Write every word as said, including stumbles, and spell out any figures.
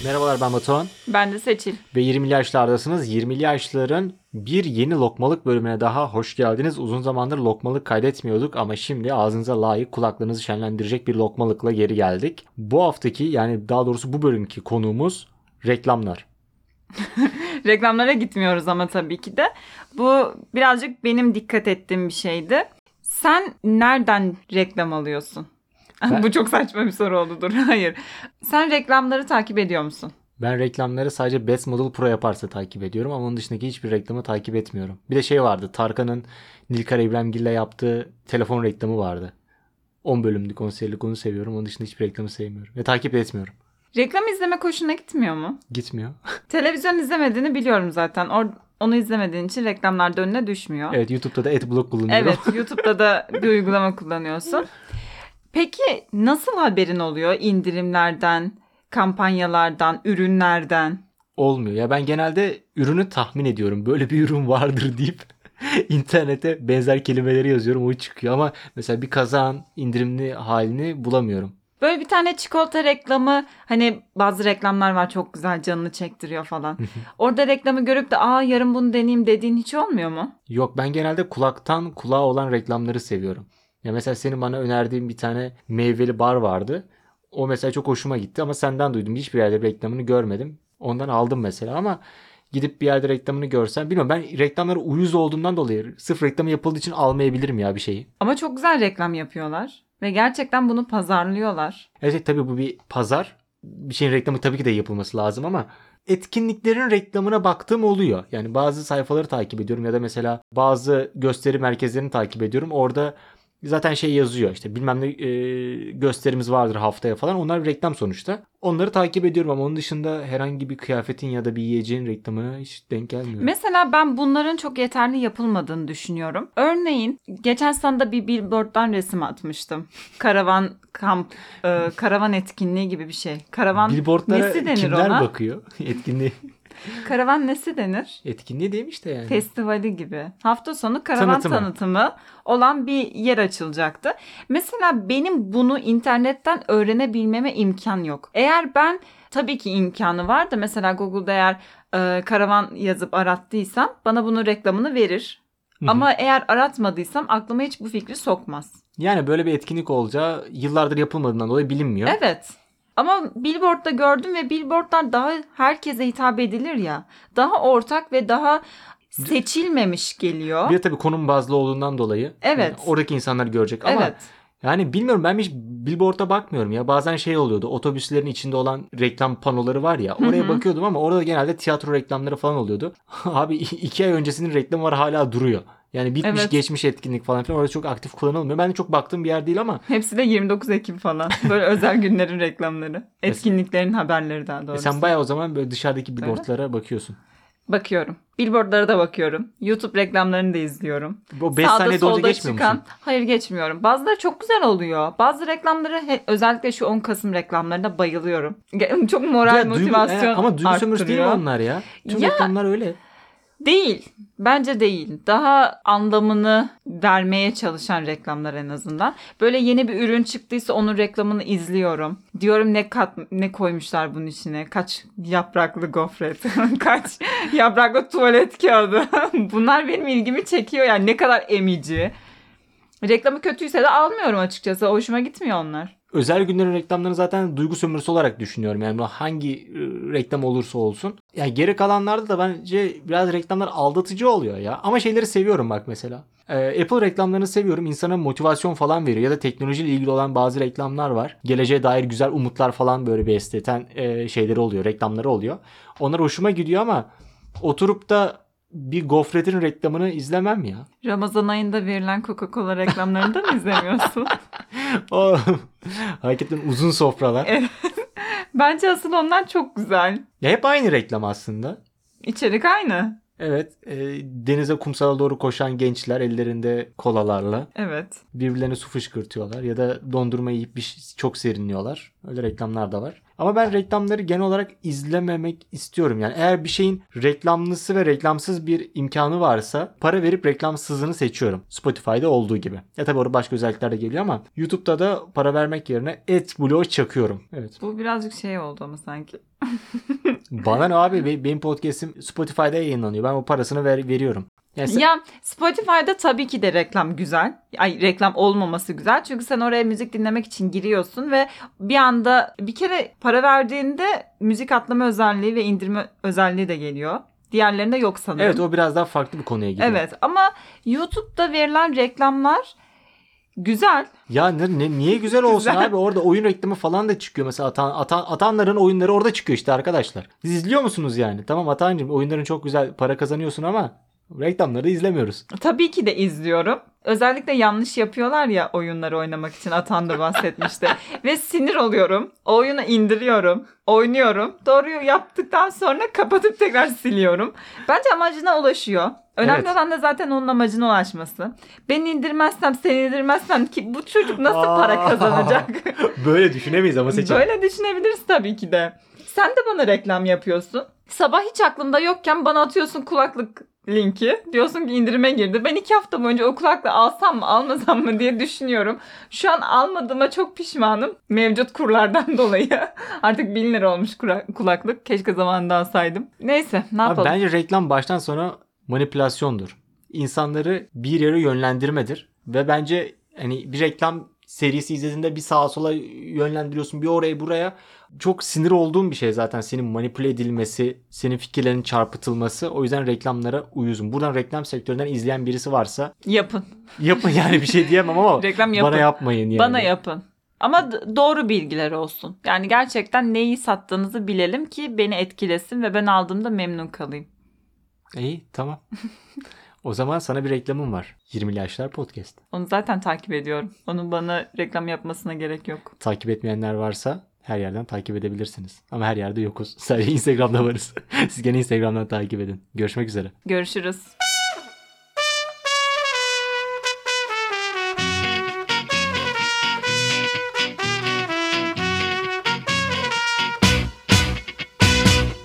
Merhabalar, ben Batuhan. Ben de Seçil. Ve yirmili yaşlardasınız. yirmili yaşların bir yeni lokmalık bölümüne daha hoş geldiniz. Uzun zamandır lokmalık kaydetmiyorduk ama şimdi ağzınıza layık, kulaklarınızı şenlendirecek bir lokmalıkla geri geldik. Bu haftaki, yani daha doğrusu bu bölümki konuğumuz reklamlar. Reklamlara gitmiyoruz ama tabii ki de. Bu birazcık benim dikkat ettiğim bir şeydi. Sen nereden reklam alıyorsun? Ben- Bu çok saçma bir soru oldu, dur. Hayır. Sen reklamları takip ediyor musun? Ben reklamları sadece Best Model Pro yaparsa takip ediyorum ama onun dışındaki hiçbir reklamı takip etmiyorum. Bir de şey vardı, Tarkan'ın Nilkara İbrahimgil'le yaptığı telefon reklamı vardı. on bölümlük, on serilik, onu seviyorum. Onun dışında hiçbir reklamı sevmiyorum ve takip etmiyorum. Reklam izlemek hoşuna gitmiyor mu? Gitmiyor. Televizyon izlemediğini biliyorum zaten. Or- onu izlemediğin için reklamlar da önüne düşmüyor. Evet, YouTube'da da AdBlock kullanıyorum. Evet, YouTube'da da bir uygulama kullanıyorsun. Peki nasıl haberin oluyor indirimlerden, kampanyalardan, ürünlerden? Olmuyor. Ya ben genelde ürünü tahmin ediyorum. Böyle bir ürün vardır deyip internete benzer kelimeleri yazıyorum. O çıkıyor ama mesela bir kazağın indirimli halini bulamıyorum. Böyle bir tane çikolata reklamı, hani bazı reklamlar var çok güzel, canını çektiriyor falan. Orada reklamı görüp de aa yarın bunu deneyeyim dediğin hiç olmuyor mu? Yok, ben genelde kulaktan kulağa olan reklamları seviyorum. Ya mesela senin bana önerdiğin bir tane meyveli bar vardı. O mesela çok hoşuma gitti ama senden duydum. Hiçbir yerde bir reklamını görmedim. Ondan aldım mesela ama gidip bir yerde reklamını görsem, bilmiyorum, ben reklamlara uyuz olduğundan dolayı sırf reklamı yapıldığı için almayabilirim ya bir şeyi. Ama çok güzel reklam yapıyorlar ve gerçekten bunu pazarlıyorlar. Evet, tabii bu bir pazar. Bir şeyin reklamı tabii ki de yapılması lazım ama etkinliklerin reklamına baktığım oluyor. Yani bazı sayfaları takip ediyorum ya da mesela bazı gösteri merkezlerini takip ediyorum. Orada zaten şey yazıyor, işte bilmem ne e, gösterimiz vardır haftaya falan. Onlar bir reklam sonuçta. Onları takip ediyorum ama onun dışında herhangi bir kıyafetin ya da bir yiyeceğin reklamına hiç denk gelmiyorum. Mesela ben bunların çok yeterli yapılmadığını düşünüyorum. Örneğin geçen sene bir billboarddan resim atmıştım. Karavan kamp, e, karavan etkinliği gibi bir şey. Karavan Billboardlara nesi denir kimler ona? bakıyor? Etkinliği. Karavan nesi denir? Etkinliği değil mi işte yani? Festivali gibi. Hafta sonu karavan Tanıtımı. tanıtımı olan bir yer açılacaktı. Mesela benim bunu internetten öğrenebilmeme imkan yok. Eğer ben, tabii ki imkanı var da, mesela Google'da eğer e, karavan yazıp arattıysam bana bunun reklamını verir. Hı hı. Ama eğer aratmadıysam aklıma hiç bu fikri sokmaz. Yani böyle bir etkinlik olacağı yıllardır yapılmadığından dolayı bilinmiyor. Evet. Ama billboardda gördüm ve billboardlar daha herkese hitap edilir ya. Daha ortak ve daha seçilmemiş geliyor. Bir de tabii konum bazlı olduğundan dolayı. Evet. Yani oradaki insanlar görecek ama Evet. yani bilmiyorum, ben hiç billboard'a bakmıyorum ya. Bazen şey oluyordu, otobüslerin içinde olan reklam panoları var ya, oraya Hı hı. bakıyordum ama orada genelde tiyatro reklamları falan oluyordu. Abi iki ay öncesinin reklamı var, hala duruyor. Yani bitmiş Evet. geçmiş etkinlik falan filan, orada çok aktif kullanılmıyor. Ben de çok baktığım bir yer değil ama Hepsi de yirmi dokuz Ekim falan. Böyle özel günlerin reklamları. Etkinliklerin haberleri daha e, doğrusu. sen bayağı o zaman böyle dışarıdaki billboardlara bakıyorsun. Bakıyorum. Billboardlara da bakıyorum. YouTube reklamlarını da izliyorum. O beş Sağda saniye dolunca solda geçmiyor çıkan... musun? Hayır, geçmiyorum. Bazıları çok güzel oluyor. Bazı reklamları, he- özellikle şu on Kasım reklamlarına bayılıyorum. Ge- Çok moral, Ya, duygu- motivasyon e, ama duygu sömürüsü değil mi arttırıyor. onlar ya? Tüm Ya- reklamlar öyle. Değil. Bence değil. Daha anlamını vermeye çalışan reklamlar en azından. Böyle yeni bir ürün çıktıysa onun reklamını izliyorum. Diyorum ne kat ne koymuşlar bunun içine? Kaç yapraklı gofret? Kaç yapraklı tuvalet kağıdı? Bunlar benim ilgimi çekiyor yani, ne kadar emici. Reklamı kötüyse de almıyorum açıkçası. Hoşuma gitmiyor onlar. Özel günlerin reklamlarını zaten duygu sömürüsü olarak düşünüyorum. Yani hangi e, reklam olursa olsun. Yani geri kalanlarda da bence biraz reklamlar aldatıcı oluyor ya. Ama şeyleri seviyorum bak mesela. Ee, Apple reklamlarını seviyorum. İnsana motivasyon falan veriyor. Ya da teknolojiyle ilgili olan bazı reklamlar var. Geleceğe dair güzel umutlar falan böyle besleten e, şeyleri oluyor. Reklamları oluyor. Onlar hoşuma gidiyor ama oturup da bir gofretin reklamını izlemem ya. Ramazan ayında verilen Coca-Cola reklamlarını da mı izlemiyorsun? O hakikaten uzun sofralar. Evet. Bence asıl onlar çok güzel. Ya hep aynı reklam aslında. İçerik aynı. Evet, e, denize, kumsala doğru koşan gençler ellerinde kolalarla Evet. birbirlerine su fışkırtıyorlar ya da dondurma yiyip bir şey- çok serinliyorlar. Öyle reklamlar da var. Ama ben reklamları genel olarak izlememek istiyorum. Yani eğer bir şeyin reklamlısı ve reklamsız bir imkanı varsa para verip reklamsızını seçiyorum. Spotify'da olduğu gibi. Ya tabii orada başka özellikler de geliyor ama YouTube'da da para vermek yerine AdBlock çakıyorum. Evet. Bu birazcık şey oldu ama sanki. Bana ne abi, benim podcast'im Spotify'da yayınlanıyor. Ben o parasını ver, veriyorum. Yani sen... Ya Spotify'da tabii ki de reklam güzel. Ay reklam olmaması güzel. Çünkü sen oraya müzik dinlemek için giriyorsun ve bir anda bir kere para verdiğinde müzik atlama özelliği ve indirme özelliği de geliyor. Diğerlerinde yok sanırım. Evet, o biraz daha farklı bir konuya gidiyor. Evet ama YouTube'da verilen reklamlar güzel. Ya ne, ne- niye güzel olsun Güzel. abi? Orada oyun reklamı falan da çıkıyor. Mesela atan, atan, atanların oyunları orada çıkıyor işte arkadaşlar. Siz izliyor musunuz yani? Tamam Atancığım, oyunların çok güzel, para kazanıyorsun ama reklamları izlemiyoruz. Tabii ki de izliyorum. Özellikle yanlış yapıyorlar ya oyunları oynamak için, Atan da bahsetmişti. Ve sinir oluyorum. O oyunu indiriyorum. Oynuyorum. Doğru yaptıktan sonra kapatıp tekrar siliyorum. Bence amacına ulaşıyor. Önemli Evet. olan da zaten onun amacına ulaşması. Ben indirmezsem, sen indirmezsen ki bu çocuk nasıl Aa. para kazanacak? Böyle düşünemeyiz ama seçelim. Böyle düşünebiliriz tabii ki de. Sen de bana reklam yapıyorsun. Sabah hiç aklımda yokken bana atıyorsun kulaklık linki. Diyorsun ki indirime girdi. Ben iki hafta boyunca o kulaklığı alsam mı almasam mı diye düşünüyorum. Şu an almadığıma çok pişmanım. Mevcut kurlardan dolayı. Artık bin lira olmuş kura- kulaklık. Keşke zamanında alsaydım. Neyse ne Abi yapalım. bence reklam baştan sona manipülasyondur. İnsanları bir yere yönlendirmedir. Ve bence hani bir reklam serisi izlediğinde bir sağa sola yönlendiriyorsun, bir oraya buraya. Çok sinir olduğum bir şey zaten senin manipüle edilmesi, senin fikirlerin çarpıtılması. O yüzden reklamlara uyuzum. Buradan reklam sektöründen izleyen birisi varsa Yapın. yapın, yani bir şey diyemem ama Reklam yapın. bana yapmayın yani. Bana yapın. Ama d- doğru bilgiler olsun. Yani gerçekten neyi sattığınızı bilelim ki beni etkilesin ve ben aldığımda memnun kalayım. İyi, tamam. O zaman sana bir reklamım var. yirmili Yaşlar Podcast. Onu zaten takip ediyorum. Onun bana reklam yapmasına gerek yok. Takip etmeyenler varsa her yerden takip edebilirsiniz. Ama her yerde yokuz. Sadece Instagram'da varız. Siz gene Instagram'dan takip edin. Görüşmek üzere. Görüşürüz.